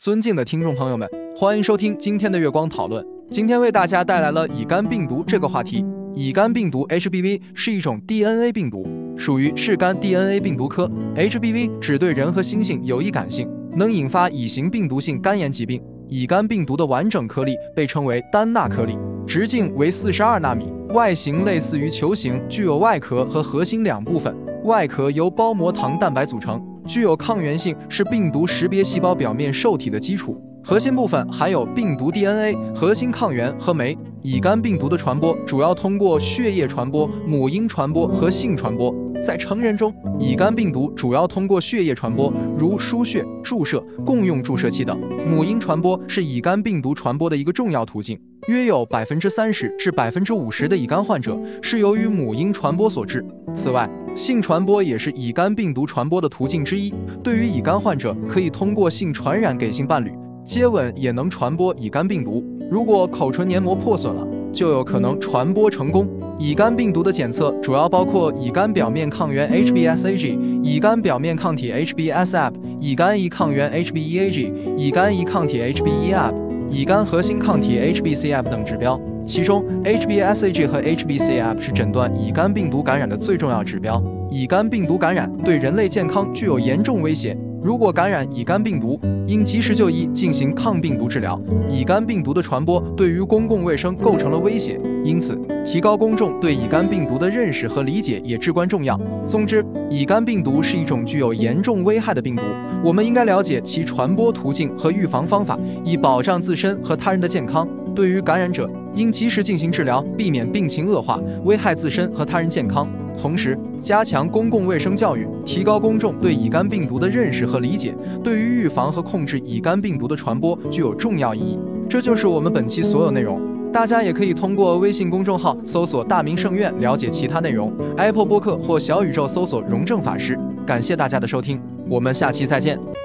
尊敬的听众朋友们，欢迎收听今天的月光讨论。今天为大家带来了乙肝病毒这个话题。乙肝病毒 HBV 是一种 DNA 病毒，属于嗜肝 DNA 病毒科。HBV 只对人和猩猩有易感性，能引发乙型病毒性肝炎疾病。乙肝病毒的完整颗粒被称为单钠颗粒，直径为42纳米，外形类似于球形，具有外壳和核心两部分。外壳由包膜糖蛋白组成，具有抗原性，是病毒识别细胞表面受体的基础。核心部分含有病毒 DNA、核心抗原和酶。乙肝病毒的传播主要通过血液传播、母婴传播和性传播。在成人中，乙肝病毒主要通过血液传播，如输血、注射、共用注射器等。母婴传播是乙肝病毒传播的一个重要途径，约有30%至50%的乙肝患者是由于母婴传播所致。此外，性传播也是乙肝病毒传播的途径之一。对于乙肝患者，可以通过性传染给性伴侣，接吻也能传播乙肝病毒。如果口唇黏膜破损了，就有可能传播成功。乙肝病毒的检测主要包括乙肝表面抗原 HBsAg、乙肝表面抗体 HBsAb、乙肝乙抗原 HBeAg、乙肝乙抗体 HBeAb、乙肝核心抗体 HBcAb 等指标。其中 HBsAg 和 HBcAb 是诊断乙肝病毒感染的最重要指标。乙肝病毒感染对人类健康具有严重威胁，如果感染乙肝病毒，应及时就医进行抗病毒治疗。乙肝病毒的传播对于公共卫生构成了威胁，因此提高公众对乙肝病毒的认识和理解也至关重要。总之，乙肝病毒是一种具有严重危害的病毒，我们应该了解其传播途径和预防方法，以保障自身和他人的健康。对于感染者，应及时进行治疗，避免病情恶化，危害自身和他人健康。同时，加强公共卫生教育，提高公众对乙肝病毒的认识和理解，对于预防和控制乙肝病毒的传播具有重要意义。这就是我们本期所有内容。大家也可以通过微信公众号搜索大明圣院了解其他内容， Apple 播客或小宇宙搜索荣正法师。感谢大家的收听，我们下期再见。